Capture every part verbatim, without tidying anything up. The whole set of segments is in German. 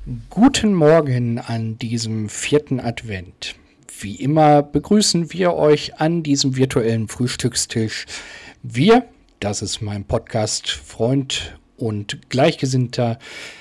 Guten Morgen an diesem vierten Advent. Wie immer begrüßen wir euch an diesem virtuellen Frühstückstisch. Wir, das ist mein Podcast-Freund und Gleichgesinnter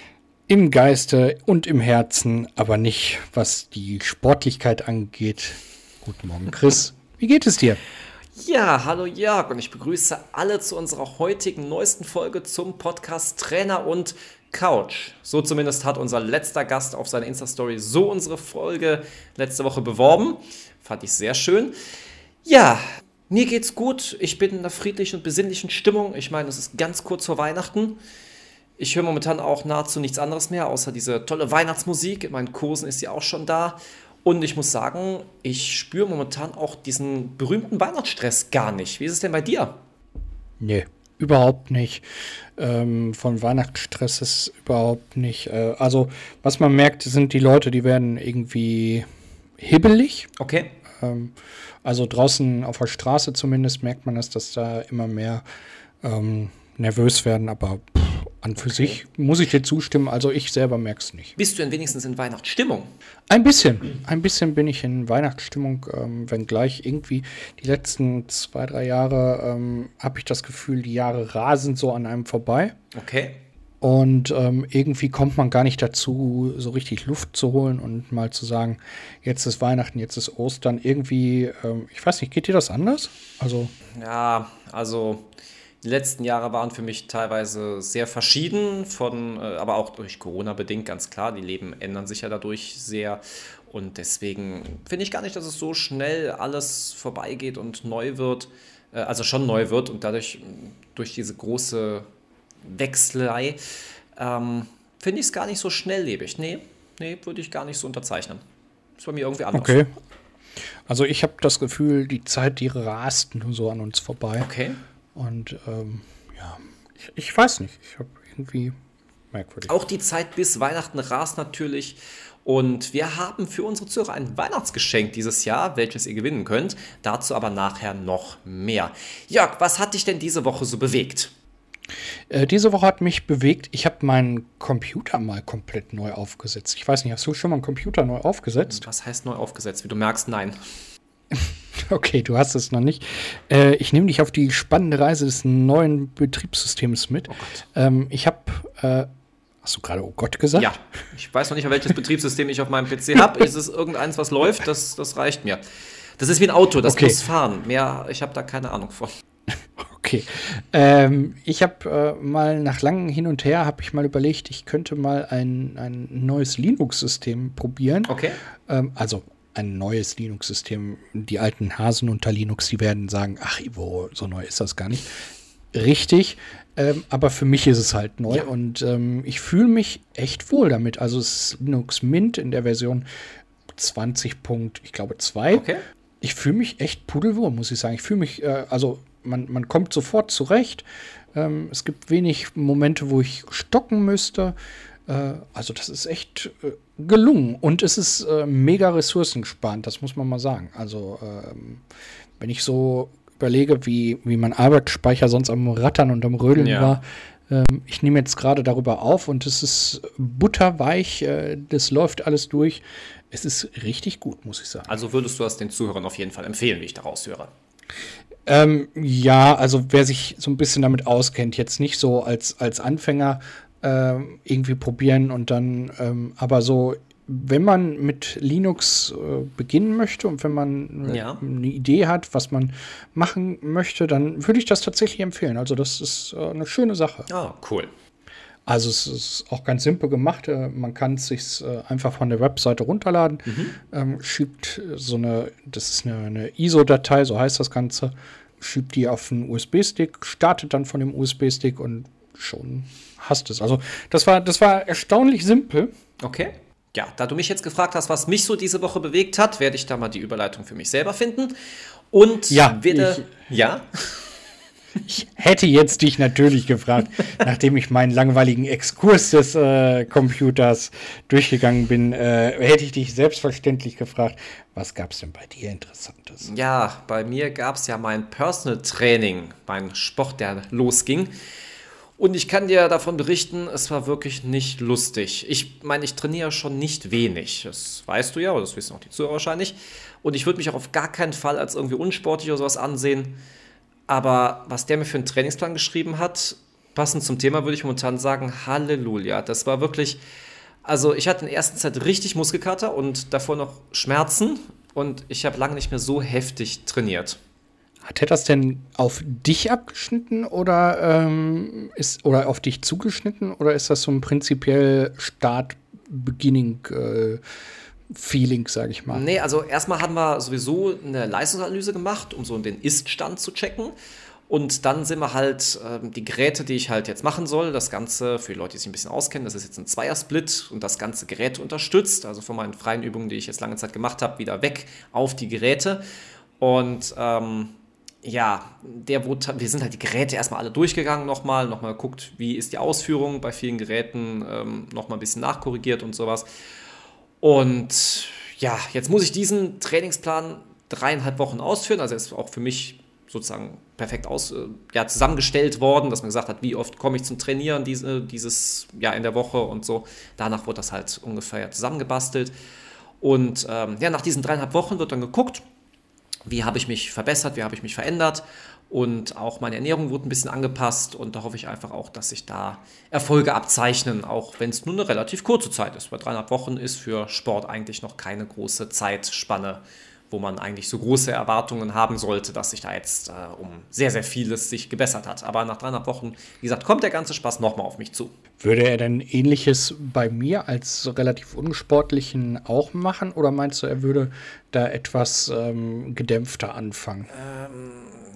im Geiste und im Herzen, aber nicht, was die Sportlichkeit angeht. Guten Morgen, Chris. Wie geht es dir? Ja, hallo Jörg und ich begrüße alle zu unserer heutigen neuesten Folge zum Podcast Trainer und Couch. So zumindest hat unser letzter Gast auf seiner Insta-Story so unsere Folge letzte Woche beworben. Fand ich sehr schön. Ja, mir geht's gut. Ich bin in einer friedlichen und besinnlichen Stimmung. Ich meine, es ist ganz kurz vor Weihnachten. Ich höre momentan auch nahezu nichts anderes mehr, außer diese tolle Weihnachtsmusik. In meinen Kursen ist sie auch schon da. Und ich muss sagen, ich spüre momentan auch diesen berühmten Weihnachtsstress gar nicht. Wie ist es denn bei dir? Nee, überhaupt nicht. Ähm, von Weihnachtsstress ist überhaupt nicht. Äh, also, was man merkt, sind die Leute, die werden irgendwie hibbelig. Okay. Ähm, also draußen auf der Straße zumindest merkt man das, dass da immer mehr ähm, nervös werden. Aber pff, an für okay. sich muss ich dir zustimmen. Also ich selber merke es nicht. Bist du denn wenigstens in Weihnachtsstimmung? Ein bisschen. Ein bisschen bin ich in Weihnachtsstimmung, ähm, wenngleich irgendwie die letzten zwei, drei Jahre ähm, habe ich das Gefühl, die Jahre rasen so an einem vorbei. Okay. Und ähm, irgendwie kommt man gar nicht dazu, so richtig Luft zu holen und mal zu sagen, jetzt ist Weihnachten, jetzt ist Ostern. Irgendwie, ähm, ich weiß nicht, geht dir das anders? Also Ja, also die letzten Jahre waren für mich teilweise sehr verschieden, von, äh, aber auch durch Corona bedingt, ganz klar. Die Leben ändern sich ja dadurch sehr. Und deswegen finde ich gar nicht, dass es so schnell alles vorbeigeht und neu wird. Äh, also schon neu wird und dadurch, durch diese große Wechselei, ähm, finde ich es gar nicht so schnelllebig. Nee, nee, würde ich gar nicht so unterzeichnen. Ist bei mir irgendwie anders. Okay. Also ich habe das Gefühl, die Zeit, die rast nur so an uns vorbei. Okay. Und ähm, ja, ich, ich weiß nicht, ich habe irgendwie merkwürdig. Auch die Zeit bis Weihnachten rast natürlich. Und wir haben für unsere Zuhörer ein Weihnachtsgeschenk dieses Jahr, welches ihr gewinnen könnt. Dazu aber nachher noch mehr. Jörg, was hat dich denn diese Woche so bewegt? Äh, diese Woche hat mich bewegt, ich habe meinen Computer mal komplett neu aufgesetzt. Ich weiß nicht, hast du schon mal einen Computer neu aufgesetzt? Was heißt neu aufgesetzt? Wie du merkst, nein. Okay, du hast es noch nicht. Äh, ich nehme dich auf die spannende Reise des neuen Betriebssystems mit. Oh Gott. Ähm, ich habe, äh, hast du gerade oh Gott gesagt? Ja, ich weiß noch nicht, welches Betriebssystem ich auf meinem P C habe. Ist es irgendeins, was läuft? Das, das reicht mir. Das ist wie ein Auto, das okay. muss fahren. Mehr, ich habe da keine Ahnung von. Okay. Ähm, ich habe äh, mal nach langem Hin und Her, habe ich mal überlegt, ich könnte mal ein, ein neues Linux-System probieren. Okay. Ähm, also ein neues Linux-System. Die alten Hasen unter Linux, die werden sagen, ach Ivo, so neu ist das gar nicht. Richtig, ähm, aber für mich ist es halt neu ja. und ähm, ich fühle mich echt wohl damit. Also es ist Linux Mint in der Version zwanzig Punkt, ich glaube zwei. Okay. Ich fühle mich echt pudelwohl, muss ich sagen. Ich fühle mich, äh, also man, man kommt sofort zurecht. Ähm, es gibt wenig Momente, wo ich stocken müsste. Äh, also das ist echt äh, gelungen und es ist äh, mega ressourcensparend, das muss man mal sagen. Also ähm, wenn ich so überlege, wie, wie mein Arbeitsspeicher sonst am Rattern und am Rödeln ja. war, ähm, ich nehme jetzt gerade darüber auf und es ist butterweich, äh, das läuft alles durch. Es ist richtig gut, muss ich sagen. Also würdest du das den Zuhörern auf jeden Fall empfehlen, wie ich daraus höre? Ähm, ja, also wer sich so ein bisschen damit auskennt, jetzt nicht so als, als Anfänger äh, irgendwie probieren und dann, ähm, aber so, wenn man mit Linux äh, beginnen möchte und wenn man ja. eine Idee hat, was man machen möchte, dann würde ich das tatsächlich empfehlen. Also das ist äh, eine schöne Sache. Ah, cool. Also es ist auch ganz simpel gemacht. Man kann es sich äh, einfach von der Webseite runterladen, mhm. ähm, schiebt so eine, das ist eine, eine I S O-Datei, so heißt das Ganze, schiebt die auf einen U S B-Stick, startet dann von dem U S B-Stick und schon hast es. Also das war, das war erstaunlich simpel. Okay. Ja, da du mich jetzt gefragt hast, was mich so diese Woche bewegt hat, werde ich da mal die Überleitung für mich selber finden. Und ja, werde, ich, ja. Ich hätte jetzt dich natürlich gefragt, nachdem ich meinen langweiligen Exkurs des äh, Computers durchgegangen bin, äh, hätte ich dich selbstverständlich gefragt, was gab es denn bei dir Interessantes? Ja, bei mir gab es ja mein Personal Training, mein Sport, der losging. Und ich kann dir davon berichten, es war wirklich nicht lustig. Ich meine, ich trainiere schon nicht wenig. Das weißt du ja, oder das wissen auch die Zuhörer wahrscheinlich. Und ich würde mich auch auf gar keinen Fall als irgendwie unsportlich oder sowas ansehen. Aber was der mir für einen Trainingsplan geschrieben hat, passend zum Thema, würde ich momentan sagen, Halleluja. Das war wirklich, also ich hatte in der ersten Zeit richtig Muskelkater und davor noch Schmerzen. Und ich habe lange nicht mehr so heftig trainiert. Hat er das denn auf dich abgeschnitten oder, ähm, ist, oder auf dich zugeschnitten? Oder ist das so ein prinzipiell Start-Beginning-Feeling, sage ich mal? Nee, also erstmal haben wir sowieso eine Leistungsanalyse gemacht, um so den Ist-Stand zu checken. Und dann sind wir halt ähm, die Geräte, die ich halt jetzt machen soll, das Ganze, für die Leute, die sich ein bisschen auskennen, das ist jetzt ein Zweiersplit und das ganze Gerät unterstützt, also von meinen freien Übungen, die ich jetzt lange Zeit gemacht habe, wieder weg auf die Geräte. Und ähm, ja, der wurde, wir sind halt die Geräte erstmal alle durchgegangen nochmal, nochmal geguckt, wie ist die Ausführung bei vielen Geräten, ähm, nochmal ein bisschen nachkorrigiert und sowas. Und ja, jetzt muss ich diesen Trainingsplan dreieinhalb Wochen ausführen, also ist auch für mich sozusagen perfekt aus, äh, ja, zusammengestellt worden, dass man gesagt hat, wie oft komme ich zum Trainieren diese, dieses ja, in der Woche und so. Danach wurde das halt ungefähr zusammengebastelt. Und ähm, ja, nach diesen dreieinhalb Wochen wird dann geguckt, wie habe ich mich verbessert, wie habe ich mich verändert und auch meine Ernährung wurde ein bisschen angepasst und da hoffe ich einfach auch, dass sich da Erfolge abzeichnen, auch wenn es nur eine relativ kurze Zeit ist, weil dreieinhalb Wochen ist für Sport eigentlich noch keine große Zeitspanne, wo man eigentlich so große Erwartungen haben sollte, dass sich da jetzt äh, um sehr, sehr vieles sich gebessert hat. Aber nach dreieinhalb Wochen, wie gesagt, kommt der ganze Spaß nochmal auf mich zu. Würde er denn Ähnliches bei mir als relativ unsportlichen auch machen? Oder meinst du, er würde da etwas ähm, gedämpfter anfangen? Ähm,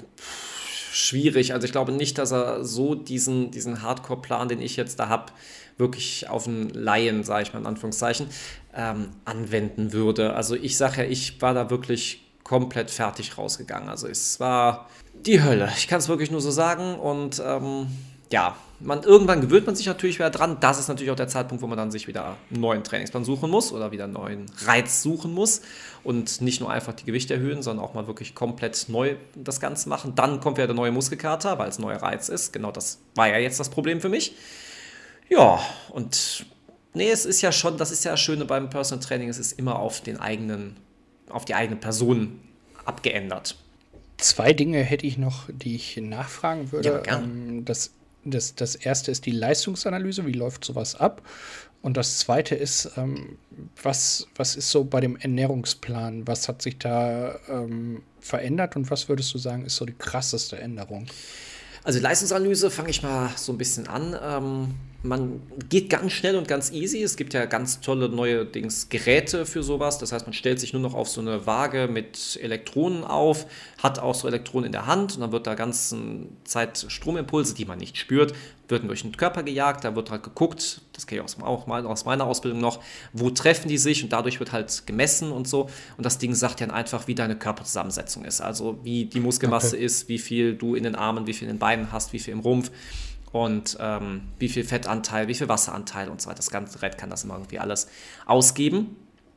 schwierig. Also ich glaube nicht, dass er so diesen, diesen Hardcore-Plan, den ich jetzt da habe, wirklich auf einen Laien, sage ich mal in Anführungszeichen, ähm, anwenden würde. Also ich sage ja, ich war da wirklich komplett fertig rausgegangen. Also es war die Hölle. Ich kann es wirklich nur so sagen. Und ähm, ja, man, irgendwann gewöhnt man sich natürlich wieder dran. Das ist natürlich auch der Zeitpunkt, wo man dann sich wieder einen neuen Trainingsplan suchen muss oder wieder einen neuen Reiz suchen muss und nicht nur einfach die Gewichte erhöhen, sondern auch mal wirklich komplett neu das Ganze machen. Dann kommt wieder der neue Muskelkater, weil es ein neuer Reiz ist. Genau das war ja jetzt das Problem für mich. Ja, und nee, es ist ja schon, das ist ja das Schöne beim Personal Training, es ist immer auf den eigenen, auf die eigene Person abgeändert. Zwei Dinge hätte ich noch, die ich nachfragen würde. Ja, gerne. Ähm, das, das, das erste ist die Leistungsanalyse, wie läuft sowas ab? Und das zweite ist, ähm, was, was ist so bei dem Ernährungsplan? Was hat sich da ähm, verändert und was würdest du sagen, ist so die krasseste Änderung? Also die Leistungsanalyse fange ich mal so ein bisschen an. Ähm, man geht ganz schnell und ganz easy. Es gibt ja ganz tolle neue Dings, Geräte für sowas. Das heißt, man stellt sich nur noch auf so eine Waage mit Elektronen auf, hat auch so Elektronen in der Hand und dann wird da ganze Zeit Stromimpulse, die man nicht spürt, wird durch den Körper gejagt. Da wird halt geguckt, das kenne ich auch aus meiner Ausbildung noch, wo treffen die sich und dadurch wird halt gemessen und so. Und das Ding sagt dann einfach, wie deine Körperzusammensetzung ist. Also wie die Muskelmasse okay. ist, wie viel du in den Armen, wie viel in den Beinen hast, wie viel im Rumpf. Und ähm, wie viel Fettanteil, wie viel Wasseranteil und so weiter. Das ganze Gerät kann das immer irgendwie alles ausgeben.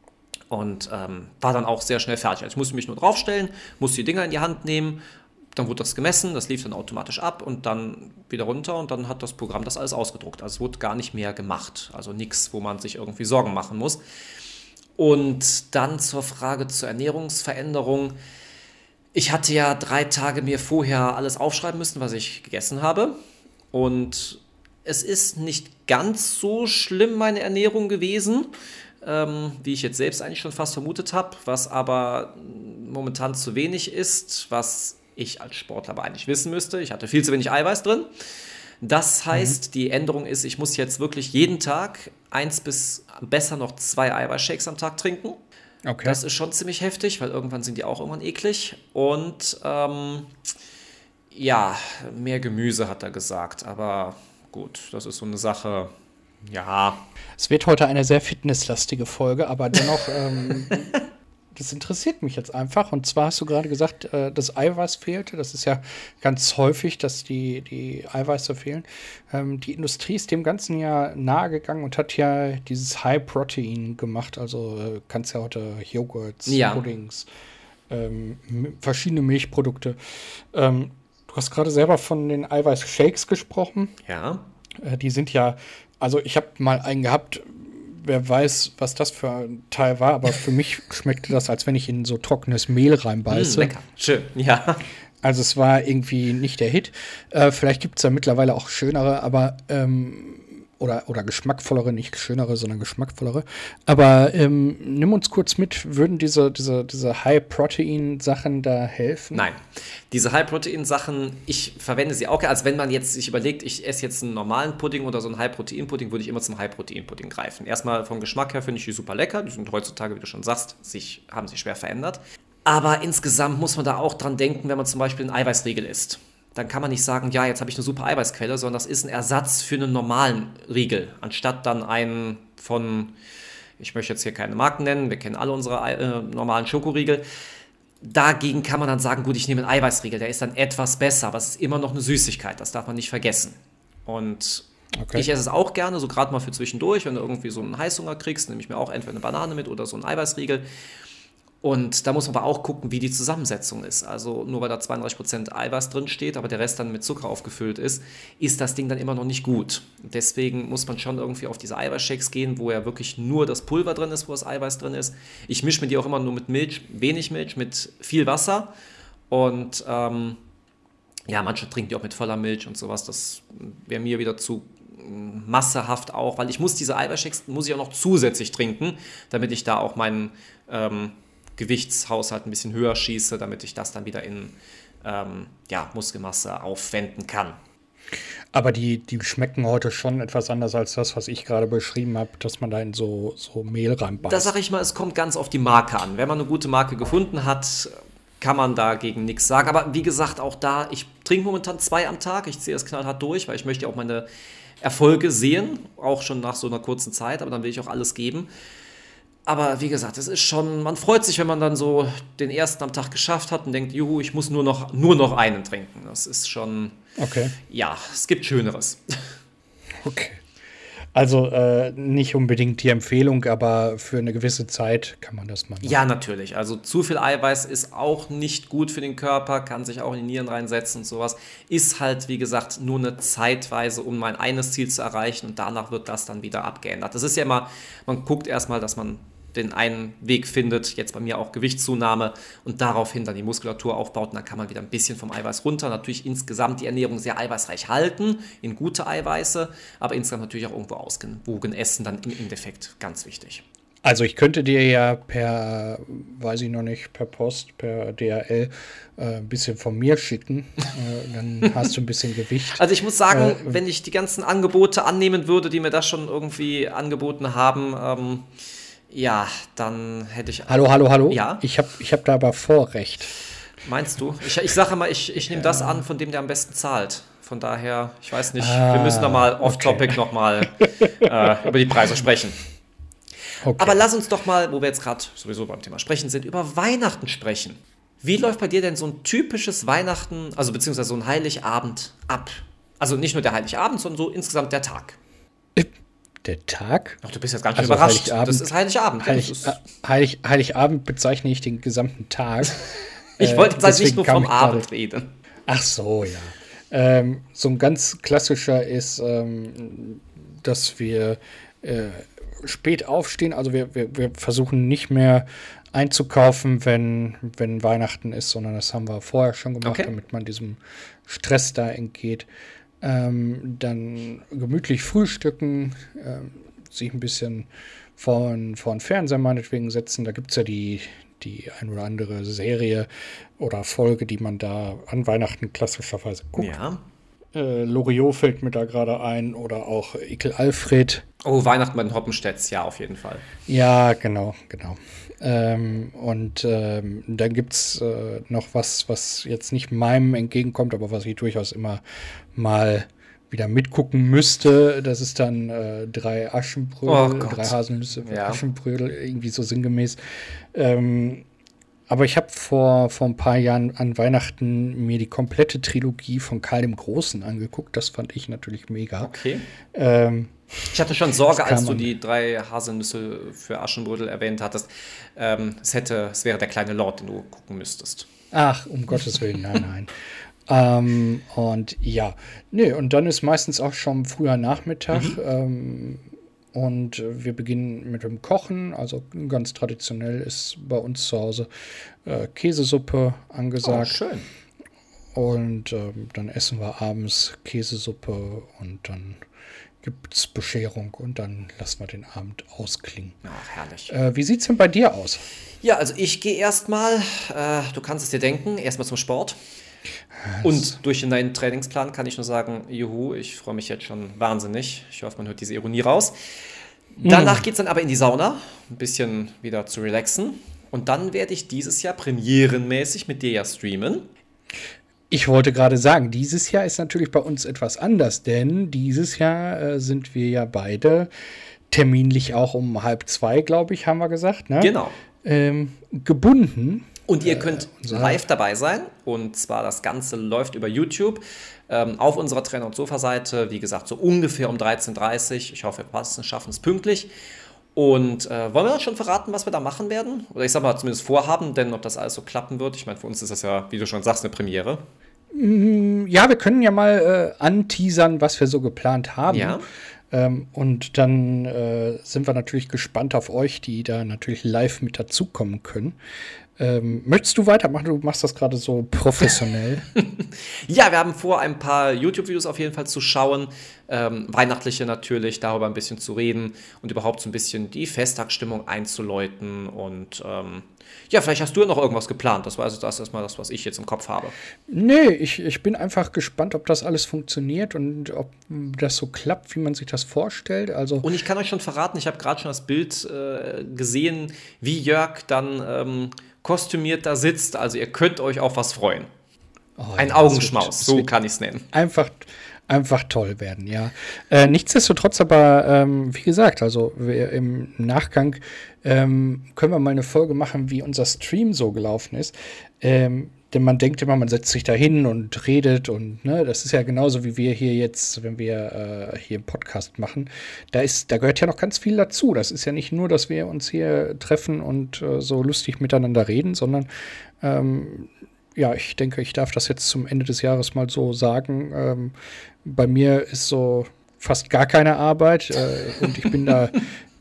Und ähm, war dann auch sehr schnell fertig. Also ich musste mich nur draufstellen, musste die Dinger in die Hand nehmen, dann wurde das gemessen, das lief dann automatisch ab und dann wieder runter und dann hat das Programm das alles ausgedruckt. Also es wurde gar nicht mehr gemacht. Also nichts, wo man sich irgendwie Sorgen machen muss. Und dann zur Frage zur Ernährungsveränderung. Ich hatte ja drei Tage mir vorher alles aufschreiben müssen, was ich gegessen habe. Und es ist nicht ganz so schlimm, meine Ernährung gewesen, ähm, wie ich jetzt selbst eigentlich schon fast vermutet habe, was aber momentan zu wenig ist, was ich als Sportler aber eigentlich wissen müsste. Ich hatte viel zu wenig Eiweiß drin. Das heißt, mhm. die Änderung ist, ich muss jetzt wirklich jeden Tag eins bis besser noch zwei Eiweißshakes am Tag trinken. Okay. Das ist schon ziemlich heftig, weil irgendwann sind die auch irgendwann eklig. Und ähm, ja, mehr Gemüse hat er gesagt, aber gut, das ist so eine Sache, ja. Es wird heute eine sehr fitnesslastige Folge, aber dennoch, ähm, das interessiert mich jetzt einfach. Und zwar hast du gerade gesagt, äh, das Eiweiß fehlte. Das ist ja ganz häufig, dass die, die Eiweiße fehlen. Ähm, die Industrie ist dem Ganzen ja nahe gegangen und hat ja dieses High Protein gemacht. Also äh, kannst ja heute Joghurts, ja. Puddings, ähm, m- verschiedene Milchprodukte. Ähm, Du hast gerade selber von den Eiweiß-Shakes gesprochen. Ja. Äh, die sind ja, also ich habe mal einen gehabt, wer weiß, was das für ein Teil war, aber für mich schmeckte das, als wenn ich in so trockenes Mehl reinbeiße. Mm, lecker, schön, ja. Also es war irgendwie nicht der Hit. Äh, vielleicht gibt es da mittlerweile auch schönere, aber ähm, oder, oder geschmackvollere, nicht schönere, sondern geschmackvollere. Aber ähm, nimm uns kurz mit, würden diese, diese, diese High-Protein-Sachen da helfen? Nein, diese High-Protein-Sachen, ich verwende sie auch, als wenn man jetzt sich überlegt, ich esse jetzt einen normalen Pudding oder so einen High-Protein-Pudding, würde ich immer zum High-Protein-Pudding greifen. Erstmal vom Geschmack her finde ich die super lecker, die sind heutzutage, wie du schon sagst, sich, haben sich schwer verändert. Aber insgesamt muss man da auch dran denken, wenn man zum Beispiel einen Eiweißriegel isst. Dann kann man nicht sagen, ja, jetzt habe ich eine super Eiweißquelle, sondern das ist ein Ersatz für einen normalen Riegel, anstatt dann einen von, ich möchte jetzt hier keine Marken nennen, wir kennen alle unsere äh, normalen Schokoriegel. Dagegen kann man dann sagen, gut, ich nehme einen Eiweißriegel, der ist dann etwas besser, aber es ist immer noch eine Süßigkeit, das darf man nicht vergessen. Und okay. Ich esse es auch gerne, so gerade mal für zwischendurch, wenn du irgendwie so einen Heißhunger kriegst, nehme ich mir auch entweder eine Banane mit oder so einen Eiweißriegel. Und da muss man aber auch gucken, wie die Zusammensetzung ist. Also nur weil da zweiunddreißig Prozent Eiweiß drin steht, aber der Rest dann mit Zucker aufgefüllt ist, ist das Ding dann immer noch nicht gut. Deswegen muss man schon irgendwie auf diese Eiweißshakes gehen, wo ja wirklich nur das Pulver drin ist, wo das Eiweiß drin ist. Ich mische mir die auch immer nur mit Milch, wenig Milch, mit viel Wasser. Und ähm, ja, manche trinken die auch mit voller Milch und sowas. Das wäre mir wieder zu massehaft auch, weil ich muss diese Eiweißshakes, muss ich auch noch zusätzlich trinken, damit ich da auch meinen ähm, Gewichtshaushalt ein bisschen höher schieße, damit ich das dann wieder in ähm, ja, Muskelmasse aufwenden kann. Aber die, die schmecken heute schon etwas anders als das, was ich gerade beschrieben habe, dass man da in so, so Mehl reinbeißt. Da sage ich mal, es kommt ganz auf die Marke an. Wenn man eine gute Marke gefunden hat, kann man dagegen nichts sagen. Aber wie gesagt, auch da, ich trinke momentan zwei am Tag. Ich ziehe das knallhart durch, weil ich möchte auch meine Erfolge sehen, auch schon nach so einer kurzen Zeit, aber dann will ich auch alles geben. Aber wie gesagt, es ist schon, man freut sich, wenn man dann so den ersten am Tag geschafft hat und denkt, juhu, ich muss nur noch, nur noch einen trinken. Das ist schon, okay. Ja, es gibt Schöneres. Okay. Also äh, nicht unbedingt die Empfehlung, aber für eine gewisse Zeit kann man das machen. Ja, natürlich. Also zu viel Eiweiß ist auch nicht gut für den Körper, kann sich auch in die Nieren reinsetzen und sowas. Ist halt, wie gesagt, nur eine Zeitweise, um mein eines Ziel zu erreichen und danach wird das dann wieder abgeändert. Das ist ja immer, man guckt erstmal, dass man den einen Weg findet, jetzt bei mir auch Gewichtszunahme und daraufhin dann die Muskulatur aufbaut und dann kann man wieder ein bisschen vom Eiweiß runter. Natürlich insgesamt die Ernährung sehr eiweißreich halten, in gute Eiweiße, aber insgesamt natürlich auch irgendwo ausgewogen essen, dann im Endeffekt ganz wichtig. Also ich könnte dir ja per, weiß ich noch nicht, per Post, per D H L äh, ein bisschen von mir schicken. äh, dann hast du ein bisschen Gewicht. Also ich muss sagen, äh, wenn ich die ganzen Angebote annehmen würde, die mir das schon irgendwie angeboten haben, ähm, ja, dann hätte ich... Hallo, hallo, hallo? Ja? Ich habe ich hab da aber Vorrecht. Meinst du? Ich, ich sage mal, ich, ich nehme ja. das an, von dem der am besten zahlt. Von daher, ich weiß nicht, ah, wir müssen da mal off-topic okay. nochmal äh, über die Preise sprechen. Okay. Aber lass uns doch mal, wo wir jetzt gerade sowieso beim Thema sprechen sind, über Weihnachten sprechen. Wie läuft bei dir denn so ein typisches Weihnachten, also beziehungsweise so ein Heiligabend ab? Also nicht nur der Heiligabend, sondern so insgesamt der Tag. Der Tag? Ach, du bist jetzt ganz schön also überrascht. Heiligabend, das ist Heiligabend. Heilig, das ist Heilig, Heiligabend bezeichne ich den gesamten Tag. Ich wollte jetzt halt nicht nur vom Abend reden. Ach so, ja. Ähm, so ein ganz klassischer ist, ähm, dass wir äh, spät aufstehen. Also wir, wir, wir versuchen nicht mehr einzukaufen, wenn, wenn Weihnachten ist, sondern das haben wir vorher schon gemacht, okay. damit man diesem Stress da entgeht. Ähm, dann gemütlich frühstücken, ähm, sich ein bisschen vor, vor den Fernseher meinetwegen setzen. Da gibt es ja die, die ein oder andere Serie oder Folge, die man da an Weihnachten klassischerweise guckt. Ja. Äh, Loriot fällt mir da gerade ein oder auch Ekel Alfred. Oh, Weihnachten bei den Hoppenstedts, ja, auf jeden Fall. Ja, genau, genau. Ähm, und ähm, dann gibt es äh, noch was, was jetzt nicht meinem entgegenkommt, aber was ich durchaus immer mal wieder mitgucken müsste. Das ist dann äh, drei Aschenbrödel, oh drei Haselnüsse für ja. Aschenbrödel, irgendwie so sinngemäß. Ähm, aber ich habe vor, vor ein paar Jahren an Weihnachten mir die komplette Trilogie von Karl dem Großen angeguckt. Das fand ich natürlich mega. Okay. Ähm, Ich hatte schon Sorge, als du die drei Haselnüsse für Aschenbrödel erwähnt hattest. Ähm, es hätte, es wäre der kleine Lord, den du gucken müsstest. Ach, um Gottes Willen, nein, nein. Ähm, und ja, nee, und dann ist meistens auch schon früher Nachmittag. Mhm. Ähm, und wir beginnen mit dem Kochen. Also ganz traditionell ist bei uns zu Hause äh, Käsesuppe angesagt. Oh, schön. Und ähm, dann essen wir abends Käsesuppe und dann gibt es Bescherung und dann lassen wir den Abend ausklingen. Ach, herrlich. Äh, wie sieht es denn bei dir aus? Ja, also ich gehe erstmal, äh, du kannst es dir denken, erstmal zum Sport. Und durch den neuen Trainingsplan kann ich nur sagen, juhu, ich freue mich jetzt schon wahnsinnig. Ich hoffe, man hört diese Ironie raus. Danach geht es dann aber in die Sauna, ein bisschen wieder zu relaxen. Und dann werde ich dieses Jahr premierenmäßig mit dir ja streamen. Ich wollte gerade sagen, dieses Jahr ist natürlich bei uns etwas anders, denn dieses Jahr äh, sind wir ja beide terminlich auch um halb zwei, glaube ich, haben wir gesagt, ne? Genau. Ähm, gebunden. Und ihr könnt äh, live dabei sein. Und zwar das Ganze läuft über YouTube ähm, auf unserer Trainer- und Sofa-Seite. Wie gesagt, so ungefähr um dreizehn Uhr dreißig. Ich hoffe, wir passen, schaffen es pünktlich. Und äh, wollen wir schon verraten, was wir da machen werden? Oder ich sag mal, zumindest vorhaben, denn ob das alles so klappen wird. Ich meine, für uns ist das ja, wie du schon sagst, eine Premiere. Ja, wir können ja mal äh, anteasern, was wir so geplant haben. Ja. Ähm, und dann äh, sind wir natürlich gespannt auf euch, die da natürlich live mit dazukommen können. Ähm, möchtest du weitermachen? Du machst das gerade so professionell. Ja, wir haben vor, ein paar YouTube-Videos auf jeden Fall zu schauen. Ähm, weihnachtliche natürlich, darüber ein bisschen zu reden und überhaupt so ein bisschen die Festtagsstimmung einzuläuten. Und ähm, ja, vielleicht hast du ja noch irgendwas geplant. Das war also das erstmal das, was ich jetzt im Kopf habe. Nee, ich, ich bin einfach gespannt, ob das alles funktioniert und ob das so klappt, wie man sich das vorstellt. Also und ich kann euch schon verraten, ich habe gerade schon das Bild äh, gesehen, wie Jörg dann ähm, kostümiert da sitzt. Also ihr könnt euch auf was freuen. Oh, Ein ja, Augenschmaus, wird, so kann ich es nennen. Einfach, einfach toll werden, ja. Äh, nichtsdestotrotz aber, ähm, wie gesagt, also wir im Nachgang ähm, können wir mal eine Folge machen, wie unser Stream so gelaufen ist. Ähm, denn man denkt immer, man setzt sich da hin und redet und ne, das ist ja genauso wie wir hier jetzt, wenn wir äh, hier einen Podcast machen. Da ist, da gehört ja noch ganz viel dazu. Das ist ja nicht nur, dass wir uns hier treffen und äh, so lustig miteinander reden, sondern ähm, ja, ich denke, ich darf das jetzt zum Ende des Jahres mal so sagen. Ähm, bei mir ist so fast gar keine Arbeit äh, und ich bin da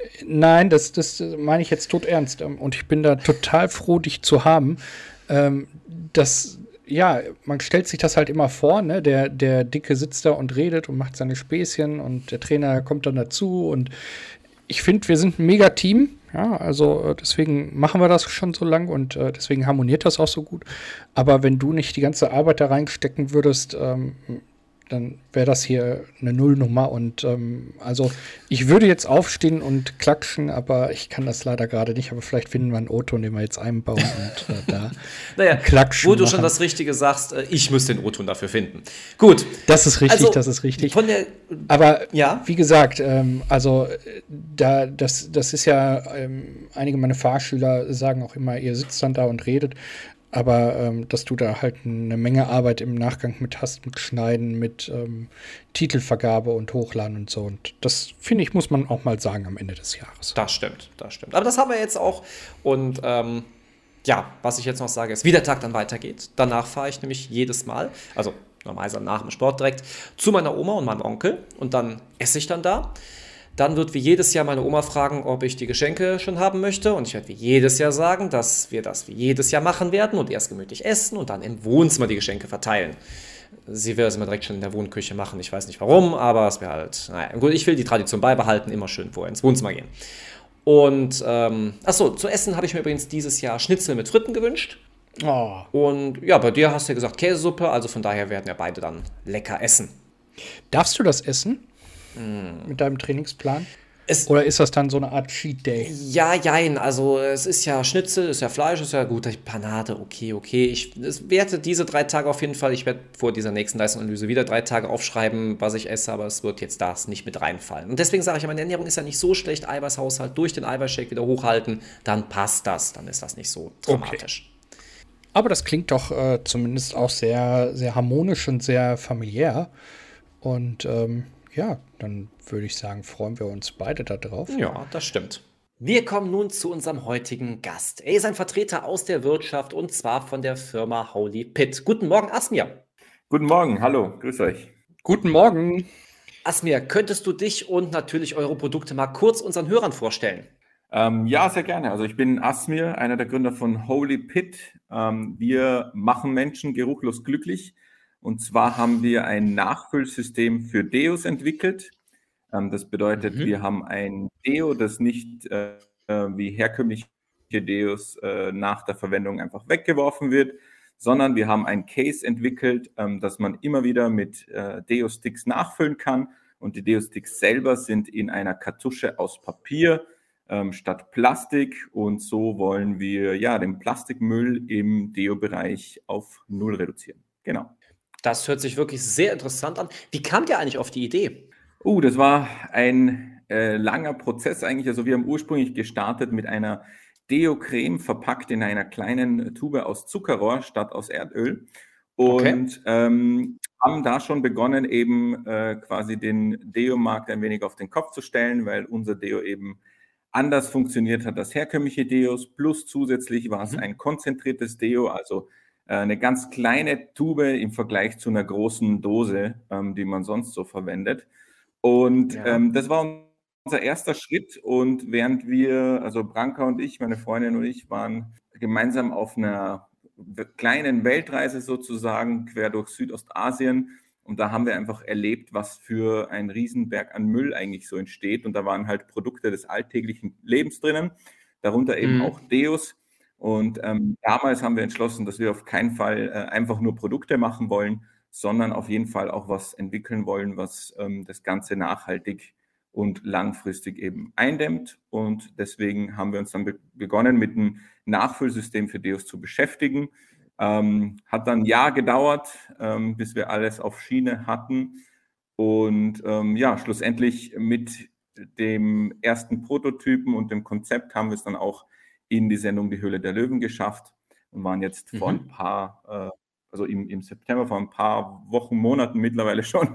nein, das, das meine ich jetzt tot ernst. Und ich bin da total froh, dich zu haben. Ähm, das, ja, man stellt sich das halt immer vor, ne? Der, der Dicke sitzt da und redet und macht seine Späßchen und der Trainer kommt dann dazu. Und ich finde, wir sind ein Mega-Team. Ja, also deswegen machen wir das schon so lang und äh, deswegen harmoniert das auch so gut. Aber wenn du nicht die ganze Arbeit da reinstecken würdest, ähm, dann wäre das hier eine Nullnummer. Und ähm, also ich würde jetzt aufstehen und klatschen, aber ich kann das leider gerade nicht. Aber vielleicht finden wir einen O-Ton, den wir jetzt einbauen und äh, da naja, klatschen wo du machen. schon das Richtige sagst, äh, ich müsste den O-Ton dafür finden. Gut. Das ist richtig, also, das ist richtig. Von der, aber ja? wie gesagt, ähm, also da, das, das ist ja, ähm, einige meiner Fahrschüler sagen auch immer, ihr sitzt dann da und redet. Aber ähm, dass du da halt eine Menge Arbeit im Nachgang mit hast, mit Schneiden, mit ähm, Titelvergabe und Hochladen und so. Und das, finde ich, muss man auch mal sagen am Ende des Jahres. Das stimmt, das stimmt. Aber das haben wir jetzt auch. Und ähm, ja, was ich jetzt noch sage, ist, wie der Tag dann weitergeht. Danach fahre ich nämlich jedes Mal, also normalerweise nach dem Sport direkt, zu meiner Oma und meinem Onkel. Und dann esse ich dann da. Dann wird wie jedes Jahr meine Oma fragen, ob ich die Geschenke schon haben möchte. Und ich werde wie jedes Jahr sagen, dass wir das wie jedes Jahr machen werden und erst gemütlich essen und dann im Wohnzimmer die Geschenke verteilen. Sie will das immer direkt schon in der Wohnküche machen. Ich weiß nicht warum, aber es wäre halt, naja, gut, ich will die Tradition beibehalten, immer schön vorher ins Wohnzimmer gehen. Und, ähm, achso, zu essen habe ich mir übrigens dieses Jahr Schnitzel mit Fritten gewünscht. Oh. Und ja, bei dir hast du ja gesagt Käsesuppe, also von daher werden wir beide dann lecker essen. Darfst du das essen? Mit deinem Trainingsplan? Es, Oder ist das dann so eine Art Cheat Day? Ja, jein. Also es ist ja Schnitzel, ist ja Fleisch, ist ja gut, Panade, okay, okay. Ich werde diese drei Tage auf jeden Fall, ich werde vor dieser nächsten Leistungsanalyse wieder drei Tage aufschreiben, was ich esse, aber es wird jetzt das nicht mit reinfallen. Und deswegen sage ich, meine Ernährung ist ja nicht so schlecht, Eiweißhaushalt durch den Eiweißshake wieder hochhalten, dann passt das, dann ist das nicht so dramatisch. Okay. Aber das klingt doch äh, zumindest auch sehr, sehr harmonisch und sehr familiär. Und ähm, ja, dann würde ich sagen, freuen wir uns beide da drauf. Ja, das stimmt. Wir kommen nun zu unserem heutigen Gast. Er ist ein Vertreter aus der Wirtschaft und zwar von der Firma Holy Pit. Guten Morgen, Asmir. Guten Morgen, hallo, grüß euch. Guten Morgen. Asmir, könntest du dich und natürlich eure Produkte mal kurz unseren Hörern vorstellen? Ähm, ja, sehr gerne. Also ich bin Asmir, einer der Gründer von Holy Pit. Ähm, wir machen Menschen geruchlos glücklich. Und zwar haben wir ein Nachfüllsystem für Deos entwickelt. Ähm, das bedeutet, wir Mhm. haben ein Deo, das nicht äh, wie herkömmliche Deos äh, nach der Verwendung einfach weggeworfen wird, sondern wir haben ein Case entwickelt, ähm, das man immer wieder mit äh, Deo-Sticks nachfüllen kann. Und die Deo-Sticks selber sind in einer Kartusche aus Papier ähm, statt Plastik. Und so wollen wir ja den Plastikmüll im Deo-Bereich auf Null reduzieren. Genau. Das hört sich wirklich sehr interessant an. Wie kamt ihr eigentlich auf die Idee? Uh, das war ein äh, langer Prozess eigentlich. Also wir haben ursprünglich gestartet mit einer Deo-Creme verpackt in einer kleinen Tube aus Zuckerrohr statt aus Erdöl Okay. und ähm, haben da schon begonnen, eben äh, quasi den Deo-Markt ein wenig auf den Kopf zu stellen, weil unser Deo eben anders funktioniert hat als herkömmliche Deos. Plus zusätzlich war es Mhm. ein konzentriertes Deo, also äh, eine ganz kleine Tube im Vergleich zu einer großen Dose, ähm, die man sonst so verwendet. Und Ja. ähm, das war unser erster Schritt. Und während wir, also Branka und ich, meine Freundin und ich, waren gemeinsam auf einer kleinen Weltreise sozusagen quer durch Südostasien. Und da haben wir einfach erlebt, was für ein Riesenberg an Müll eigentlich so entsteht. Und da waren halt Produkte des alltäglichen Lebens drinnen, darunter eben auch Mhm. Deos. Und ähm, damals haben wir entschlossen, dass wir auf keinen Fall äh, einfach nur Produkte machen wollen, sondern auf jeden Fall auch was entwickeln wollen, was ähm, das Ganze nachhaltig und langfristig eben eindämmt. Und deswegen haben wir uns dann be begonnen, mit einem Nachfüllsystem für Deos zu beschäftigen. Ähm, hat dann ein Jahr gedauert, ähm, bis wir alles auf Schiene hatten. Und ähm, ja, schlussendlich mit dem ersten Prototypen und dem Konzept haben wir es dann auch in die Sendung Die Höhle der Löwen geschafft und waren jetzt vor ein Mhm. paar äh, also im, im September, vor ein paar Wochen, Monaten mittlerweile schon,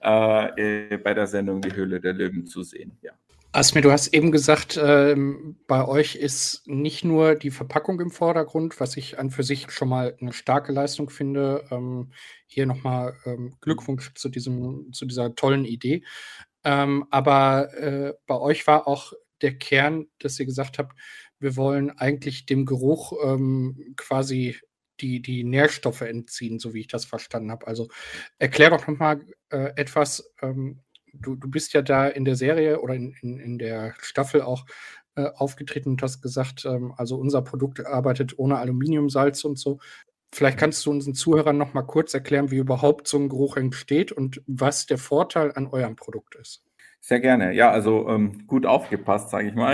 äh, bei der Sendung Die Höhle der Löwen zu sehen. Ja. Asmir, du hast eben gesagt, ähm, bei euch ist nicht nur die Verpackung im Vordergrund, was ich an für sich schon mal eine starke Leistung finde. Ähm, hier nochmal ähm, Glückwunsch zu diesem, zu dieser tollen Idee. Ähm, aber äh, bei euch war auch der Kern, dass ihr gesagt habt, wir wollen eigentlich dem Geruch ähm, quasi die, die Nährstoffe entziehen, so wie ich das verstanden habe. Also erklär doch nochmal äh, etwas. Ähm, du, du bist ja da in der Serie oder in, in, in der Staffel auch äh, aufgetreten und hast gesagt, ähm, also unser Produkt arbeitet ohne Aluminiumsalz und so. Vielleicht kannst du unseren Zuhörern noch mal kurz erklären, wie überhaupt so ein Geruch entsteht und was der Vorteil an eurem Produkt ist. Sehr gerne. Ja, also ähm, gut aufgepasst, sage ich mal.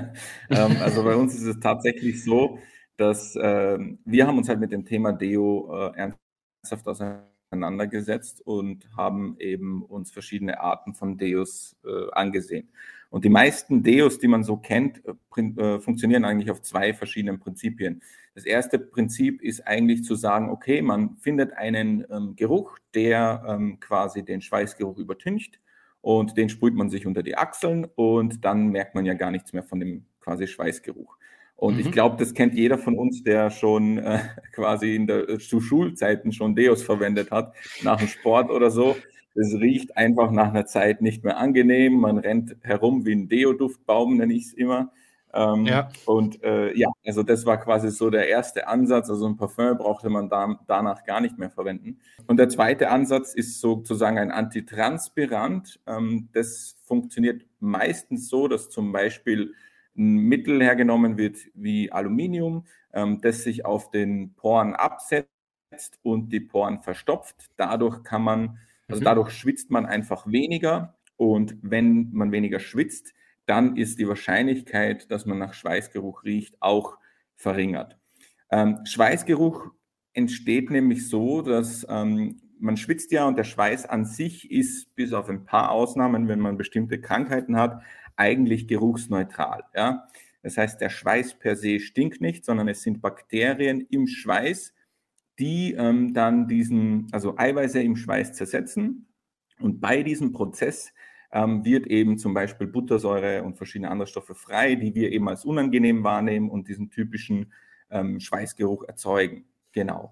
ähm, also bei uns ist es tatsächlich so, dass ähm, wir haben uns halt mit dem Thema Deo äh, ernsthaft auseinandergesetzt und haben eben uns verschiedene Arten von Deos äh, angesehen. Und die meisten Deos, die man so kennt, äh, äh, funktionieren eigentlich auf zwei verschiedenen Prinzipien. Das erste Prinzip ist eigentlich zu sagen, okay, man findet einen ähm, Geruch, der ähm, quasi den Schweißgeruch übertüncht. Und den sprüht man sich unter die Achseln und dann merkt man ja gar nichts mehr von dem quasi Schweißgeruch. Und ich Mhm. glaube, das kennt jeder von uns, der schon äh, quasi in der, zu Schulzeiten schon Deos verwendet hat, nach dem Sport oder so. Es riecht einfach nach einer Zeit nicht mehr angenehm. Man rennt herum wie ein Deoduftbaum, nenne ich es immer. Ähm, Ja. und äh, ja, also das war quasi so der erste Ansatz. Also ein Parfüm brauchte man da, danach gar nicht mehr verwenden. Und der zweite Ansatz ist sozusagen ein Antitranspirant. Ähm, das funktioniert meistens so, dass zum Beispiel ein Mittel hergenommen wird wie Aluminium, ähm, das sich auf den Poren absetzt und die Poren verstopft. Dadurch kann man, also Mhm. dadurch schwitzt man einfach weniger. Und wenn man weniger schwitzt, dann ist die Wahrscheinlichkeit, dass man nach Schweißgeruch riecht, auch verringert. Ähm, Schweißgeruch entsteht nämlich so, dass ähm, man schwitzt ja und der Schweiß an sich ist, bis auf ein paar Ausnahmen, wenn man bestimmte Krankheiten hat, eigentlich geruchsneutral. Ja? Das heißt, der Schweiß per se stinkt nicht, sondern es sind Bakterien im Schweiß, die ähm, dann diesen, also Eiweiße im Schweiß zersetzen. Und bei diesem Prozess ähm, wird eben zum Beispiel Buttersäure und verschiedene andere Stoffe frei, die wir eben als unangenehm wahrnehmen und diesen typischen ähm, Schweißgeruch erzeugen. Genau.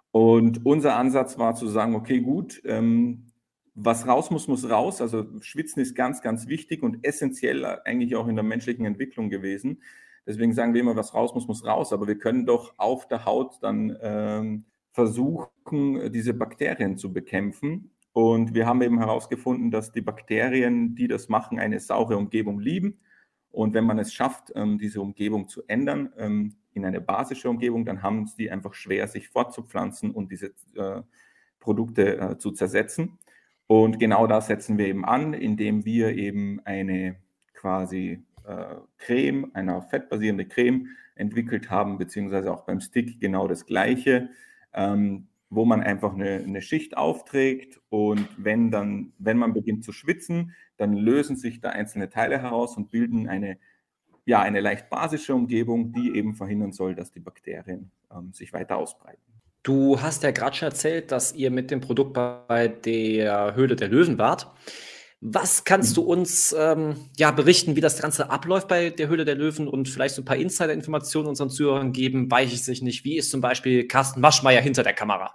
Und unser Ansatz war zu sagen, okay, gut, ähm, was raus muss, muss raus. Also Schwitzen ist ganz, ganz wichtig und essentiell eigentlich auch in der menschlichen Entwicklung gewesen. Deswegen sagen wir immer, was raus muss, muss raus. Aber wir können doch auf der Haut dann ähm, versuchen, diese Bakterien zu bekämpfen. Und wir haben eben herausgefunden, dass die Bakterien, die das machen, eine saure Umgebung lieben. Und wenn man es schafft, ähm, diese Umgebung zu ändern, ähm, in eine basische Umgebung, dann haben sie einfach schwer, sich fortzupflanzen und diese äh, Produkte äh, zu zersetzen. Und genau da setzen wir eben an, indem wir eben eine quasi äh, Creme, eine fettbasierende Creme entwickelt haben, beziehungsweise auch beim Stick genau das Gleiche, ähm, wo man einfach eine, eine Schicht aufträgt und wenn dann, wenn man beginnt zu schwitzen, dann lösen sich da einzelne Teile heraus und bilden eine, ja, eine leicht basische Umgebung, die eben verhindern soll, dass die Bakterien ähm, sich weiter ausbreiten. Du hast ja gerade schon erzählt, dass ihr mit dem Produkt bei der Höhle der Löwen wart. Was kannst du uns ähm, ja, berichten, wie das Ganze abläuft bei der Höhle der Löwen und vielleicht so ein paar Insider-Informationen unseren Zuhörern geben? Weiß ich sich nicht. Wie ist zum Beispiel Carsten Maschmeyer hinter der Kamera?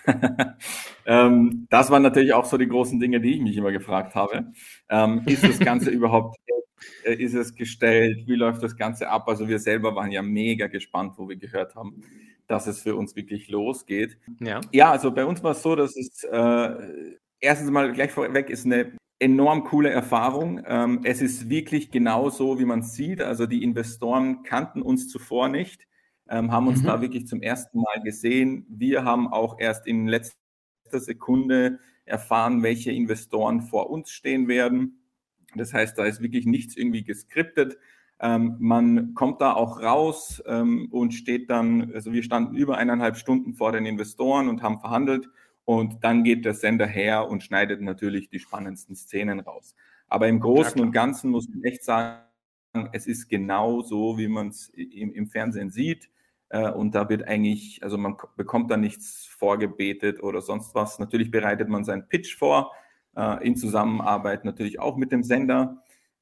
ähm, das waren natürlich auch so die großen Dinge, die ich mich immer gefragt habe. Ähm, ist das Ganze überhaupt, äh, ist es gestellt? Wie läuft das Ganze ab? Also wir selber waren ja mega gespannt, wo wir gehört haben, dass es für uns wirklich losgeht. Ja, ja also bei uns war es so, dass es äh, erstens mal gleich vorweg ist eine enorm coole Erfahrung. Ähm, es ist wirklich genau so, wie man es sieht. Also die Investoren kannten uns zuvor nicht. Ähm, haben uns mhm. da wirklich zum ersten Mal gesehen. Wir haben auch erst in letzter Sekunde erfahren, welche Investoren vor uns stehen werden. Das heißt, da ist wirklich nichts irgendwie geskriptet. Ähm, man kommt da auch raus ähm, und steht dann, also wir standen über eineinhalb Stunden vor den Investoren und haben verhandelt und dann geht der Sender her und schneidet natürlich die spannendsten Szenen raus. Aber im Großen ja, und Ganzen muss man echt sagen, es ist genau so, wie man es im, im Fernsehen sieht. Und da wird eigentlich, also man bekommt da nichts vorgebetet oder sonst was. Natürlich bereitet man seinen Pitch vor, in Zusammenarbeit natürlich auch mit dem Sender.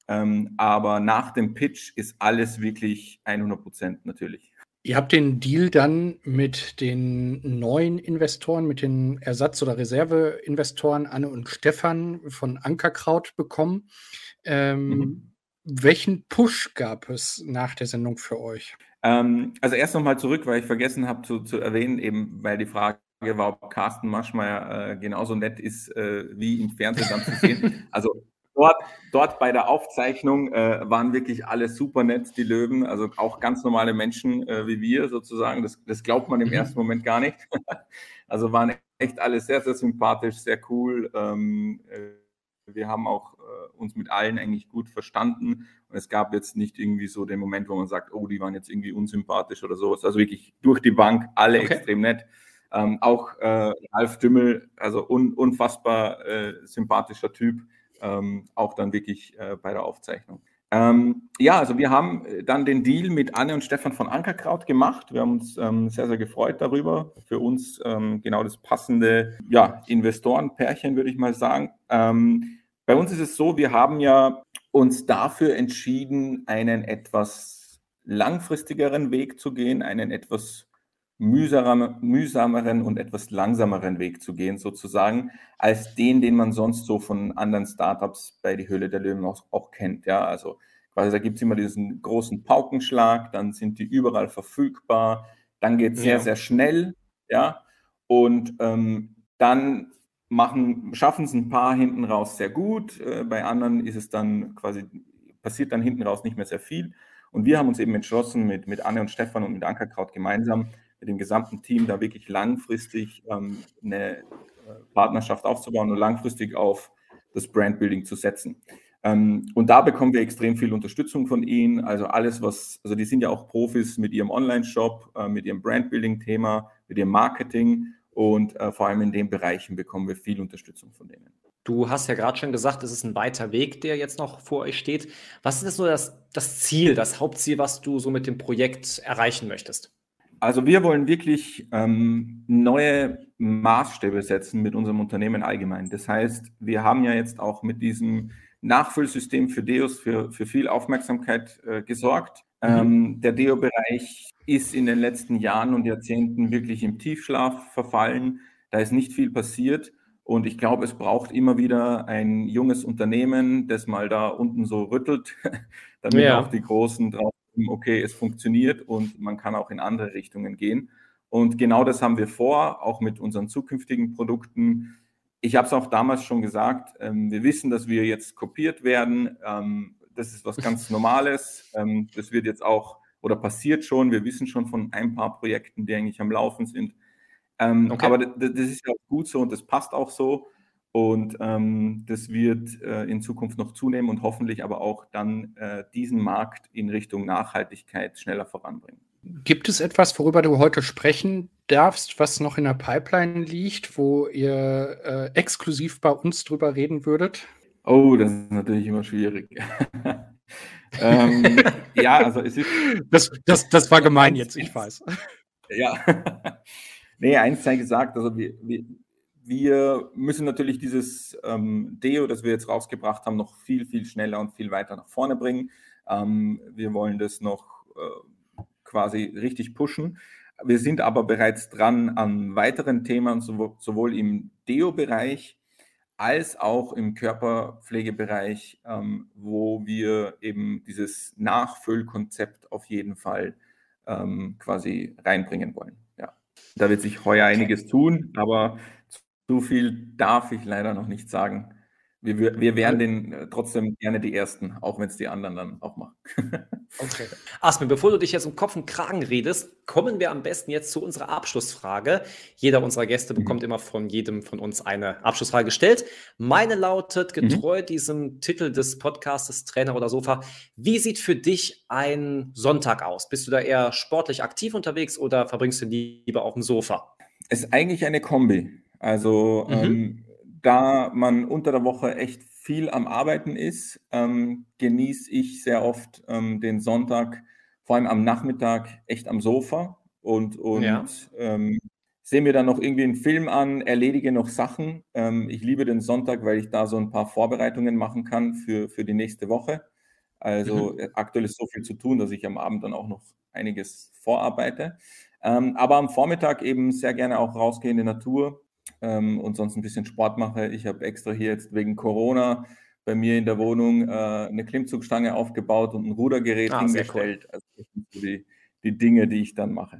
Aber nach dem Pitch ist alles wirklich hundert Prozent natürlich. Ihr habt den Deal dann mit den neuen Investoren, mit den Ersatz- oder Reserveinvestoren Anne und Stefan von Ankerkraut bekommen. Ähm, mhm. Welchen Push gab es nach der Sendung für euch? Also erst nochmal zurück, weil ich vergessen habe zu, zu erwähnen, eben weil die Frage war, ob Carsten Maschmeyer äh, genauso nett ist, äh, wie im Fernsehen dann zu sehen. Also dort, dort bei der Aufzeichnung äh, waren wirklich alle super nett, die Löwen, also auch ganz normale Menschen äh, wie wir sozusagen. Das, das glaubt man im mhm. ersten Moment gar nicht. Also waren echt alle sehr, sehr sympathisch, sehr cool. Ähm, äh, wir haben auch äh, uns mit allen eigentlich gut verstanden. Und es gab jetzt nicht irgendwie so den Moment, wo man sagt, oh, die waren jetzt irgendwie unsympathisch oder sowas. Also wirklich durch die Bank, alle okay. extrem nett. Ähm, auch äh, Ralf Dümmel, also un, unfassbar äh, sympathischer Typ, ähm, auch dann wirklich äh, bei der Aufzeichnung. Ähm, ja, also wir haben dann den Deal mit Anne und Stefan von Ankerkraut gemacht. Wir haben uns ähm, sehr, sehr gefreut darüber. Für uns ähm, genau das passende ja, Investorenpärchen, würde ich mal sagen. Ähm, bei uns ist es so, wir haben ja uns dafür entschieden, einen etwas langfristigeren Weg zu gehen, einen etwas mühsameren und etwas langsameren Weg zu gehen, sozusagen, als den, den man sonst so von anderen Startups bei die Höhle der Löwen auch, auch kennt. Ja, also quasi da gibt es immer diesen großen Paukenschlag, dann sind die überall verfügbar, dann geht es sehr, ja. sehr schnell, ja, und ähm, dann machen, schaffen es ein paar hinten raus sehr gut, äh, bei anderen ist es dann quasi, passiert dann hinten raus nicht mehr sehr viel. Und wir haben uns eben entschlossen, mit, mit Anne und Stefan und mit Ankerkraut gemeinsam, mit dem gesamten Team da wirklich langfristig ähm, eine äh, Partnerschaft aufzubauen und langfristig auf das Brandbuilding zu setzen. Ähm, und da bekommen wir extrem viel Unterstützung von ihnen. Also alles, was, also die sind ja auch Profis mit ihrem Online-Shop, äh, mit ihrem Brandbuilding-Thema, mit ihrem Marketing und äh, vor allem in den Bereichen bekommen wir viel Unterstützung von denen. Du hast ja gerade schon gesagt, es ist ein weiter Weg, der jetzt noch vor euch steht. Was ist so das, das Ziel, das Hauptziel, was du so mit dem Projekt erreichen möchtest? Also wir wollen wirklich ähm, neue Maßstäbe setzen mit unserem Unternehmen allgemein. Das heißt, wir haben ja jetzt auch mit diesem Nachfüllsystem für Deos für, für viel Aufmerksamkeit äh, gesorgt. Ähm, der Deo-Bereich ist in den letzten Jahren und Jahrzehnten wirklich im Tiefschlaf verfallen. Da ist nicht viel passiert. Und ich glaube, es braucht immer wieder ein junges Unternehmen, das mal da unten so rüttelt, damit Ja. auch die Großen drauf kommen, okay, es funktioniert und man kann auch in andere Richtungen gehen. Und genau das haben wir vor, auch mit unseren zukünftigen Produkten. Ich habe es auch damals schon gesagt, ähm, wir wissen, dass wir jetzt kopiert werden. Ähm, das ist was ganz Normales. Ähm, das wird jetzt auch oder passiert schon. Wir wissen schon von ein paar Projekten, die eigentlich am Laufen sind. Ähm, Okay. Aber das, das ist ja auch gut so und das passt auch so. Und ähm, das wird äh, in Zukunft noch zunehmen und hoffentlich aber auch dann äh, diesen Markt in Richtung Nachhaltigkeit schneller voranbringen. Gibt es etwas, worüber du heute sprechen darfst, was noch in der Pipeline liegt, wo ihr äh, exklusiv bei uns drüber reden würdet? Oh, das ist natürlich immer schwierig. ähm, ja, also es ist. Das, das, das war gemein jetzt, ich weiß. Ja. Nee, eins sei gesagt, also wir, wir, wir müssen natürlich dieses ähm, Deo, das wir jetzt rausgebracht haben, noch viel, viel schneller und viel weiter nach vorne bringen. Ähm, wir wollen das noch äh, quasi richtig pushen. Wir sind aber bereits dran an weiteren Themen, sowohl, sowohl im Deo-Bereich als auch im Körperpflegebereich, ähm, wo wir eben dieses Nachfüllkonzept auf jeden Fall ähm, quasi reinbringen wollen. Ja. Da wird sich heuer Okay. einiges tun, aber zu viel darf ich leider noch nicht sagen. Wir, wir wir wären den äh, trotzdem gerne die Ersten, auch wenn es die anderen dann auch machen. Okay. Asmin, bevor du dich jetzt um Kopf und Kragen redest, kommen wir am besten jetzt zu unserer Abschlussfrage. Jeder unserer Gäste bekommt immer von jedem von uns eine Abschlussfrage gestellt. Meine lautet, getreu diesem Titel des Podcastes Trainer oder Sofa, wie sieht für dich ein Sonntag aus? Bist du da eher sportlich aktiv unterwegs oder verbringst du lieber auf dem Sofa? Es ist eigentlich eine Kombi. Also Mhm. ähm, da man unter der Woche echt viel am Arbeiten ist, ähm, genieße ich sehr oft ähm, den Sonntag, vor allem am Nachmittag, echt am Sofa und, und Ja. ähm, sehe mir dann noch irgendwie einen Film an, erledige noch Sachen. Ähm, ich liebe den Sonntag, weil ich da so ein paar Vorbereitungen machen kann für, für die nächste Woche. Also äh, aktuell ist so viel zu tun, dass ich am Abend dann auch noch einiges vorarbeite. Ähm, aber am Vormittag eben sehr gerne auch rausgehen in die Natur ähm, und sonst ein bisschen Sport mache. Ich habe extra hier jetzt wegen Corona bei mir in der Wohnung äh, eine Klimmzugstange aufgebaut und ein Rudergerät Ah, sehr cool. hingestellt. Also das sind so die, die Dinge, die ich dann mache.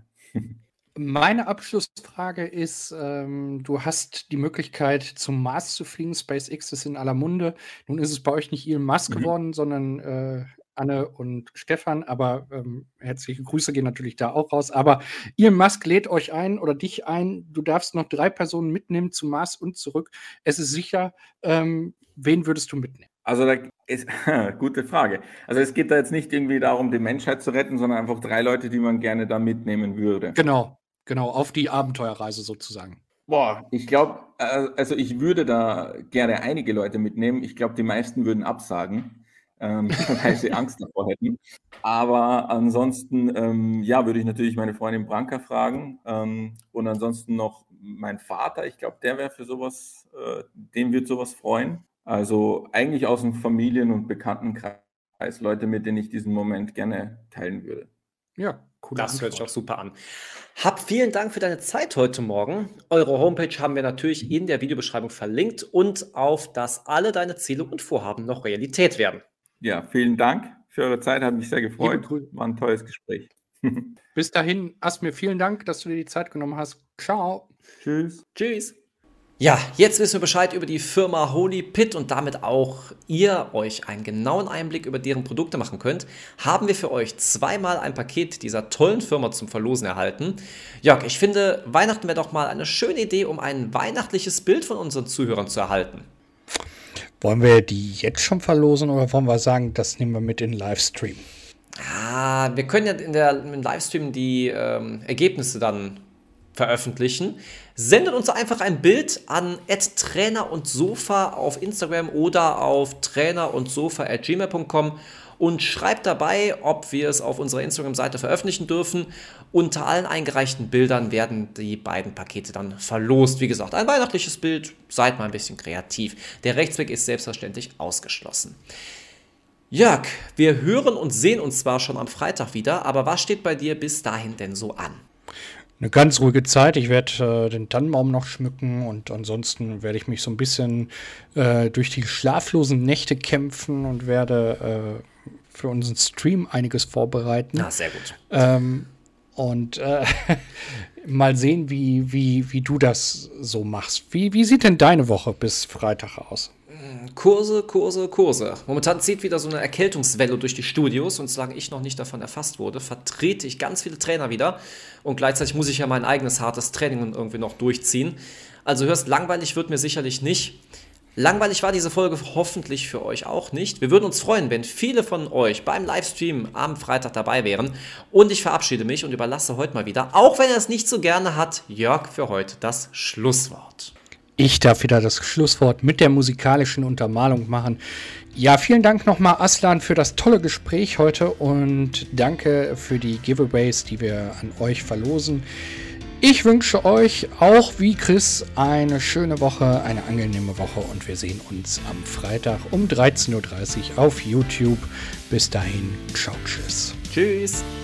Meine Abschlussfrage ist, ähm, du hast die Möglichkeit, zum Mars zu fliegen. SpaceX ist in aller Munde. Nun ist es bei euch nicht Elon Musk Mhm. geworden, sondern äh, Anne und Stefan. Aber ähm, herzliche Grüße gehen natürlich da auch raus. Aber Elon Musk lädt euch ein oder dich ein. Du darfst noch drei Personen mitnehmen zum Mars und zurück. Es ist sicher. Ähm, wen würdest du mitnehmen? Also da ist gute Frage. Also es geht da jetzt nicht irgendwie darum, die Menschheit zu retten, sondern einfach drei Leute, die man gerne da mitnehmen würde. Genau, genau, auf die Abenteuerreise sozusagen. Boah, ich glaube, äh, also ich würde da gerne einige Leute mitnehmen. Ich glaube, die meisten würden absagen, ähm, weil sie Angst davor hätten. Aber ansonsten, ähm, ja, würde ich natürlich meine Freundin Branka fragen. Ähm, und ansonsten noch mein Vater. Ich glaube, der wäre für sowas, äh, dem wird sowas freuen. Also eigentlich aus dem Familien- und Bekanntenkreis Leute, mit denen ich diesen Moment gerne teilen würde. Ja, coole Das hört sich auch Antwort. super an. Hab vielen Dank für deine Zeit heute Morgen. Eure Homepage haben wir natürlich in der Videobeschreibung verlinkt und auf, dass alle deine Ziele und Vorhaben noch Realität werden. Ja, vielen Dank für eure Zeit, hat mich sehr gefreut. Grüße. War ein tolles Gespräch. Bis dahin, Asmir, vielen Dank, dass du dir die Zeit genommen hast. Ciao. Tschüss. Tschüss. Ja, jetzt wissen wir Bescheid über die Firma Holy Pit und damit auch ihr euch einen genauen Einblick über deren Produkte machen könnt, haben wir für euch zweimal ein Paket dieser tollen Firma zum Verlosen erhalten. Jörg, ich finde, Weihnachten wäre doch mal eine schöne Idee, um ein weihnachtliches Bild von unseren Zuhörern zu erhalten. Wollen wir die jetzt schon verlosen oder wollen wir sagen, das nehmen wir mit in den Livestream? Ah, wir können ja in der, im Livestream die ähm, Ergebnisse dann veröffentlichen. Sendet uns einfach ein Bild an at trainer und sofa auf Instagram oder auf trainer und sofa at gmail punkt com und schreibt dabei, ob wir es auf unserer Instagram-Seite veröffentlichen dürfen. Unter allen eingereichten Bildern werden die beiden Pakete dann verlost. Wie gesagt, ein weihnachtliches Bild, seid mal ein bisschen kreativ. Der Rechtsweg ist selbstverständlich ausgeschlossen. Jörg, wir hören und sehen uns zwar schon am Freitag wieder, aber was steht bei dir bis dahin denn so an? Eine ganz ruhige Zeit. Ich werde äh, den Tannenbaum noch schmücken und ansonsten werde ich mich so ein bisschen äh, durch die schlaflosen Nächte kämpfen und werde äh, für unseren Stream einiges vorbereiten. Na, sehr gut. Ähm, und äh, mal sehen, wie, wie, wie du das so machst. Wie, wie sieht denn deine Woche bis Freitag aus? Kurse, Kurse, Kurse. Momentan zieht wieder so eine Erkältungswelle durch die Studios und solange ich noch nicht davon erfasst wurde, vertrete ich ganz viele Trainer wieder und gleichzeitig muss ich ja mein eigenes hartes Training irgendwie noch durchziehen. Also hörst, langweilig wird mir sicherlich nicht. Langweilig war diese Folge hoffentlich für euch auch nicht. Wir würden uns freuen, wenn viele von euch beim Livestream am Freitag dabei wären. Und ich verabschiede mich und überlasse heute mal wieder, auch wenn er es nicht so gerne hat, Jörg für heute das Schlusswort. Ich darf wieder das Schlusswort mit der musikalischen Untermalung machen. Ja, vielen Dank nochmal, Aslan, für das tolle Gespräch heute und danke für die Giveaways, die wir an euch verlosen. Ich wünsche euch auch wie Chris eine schöne Woche, eine angenehme Woche und wir sehen uns am Freitag um dreizehn Uhr dreißig auf YouTube. Bis dahin, ciao, tschüss. Tschüss.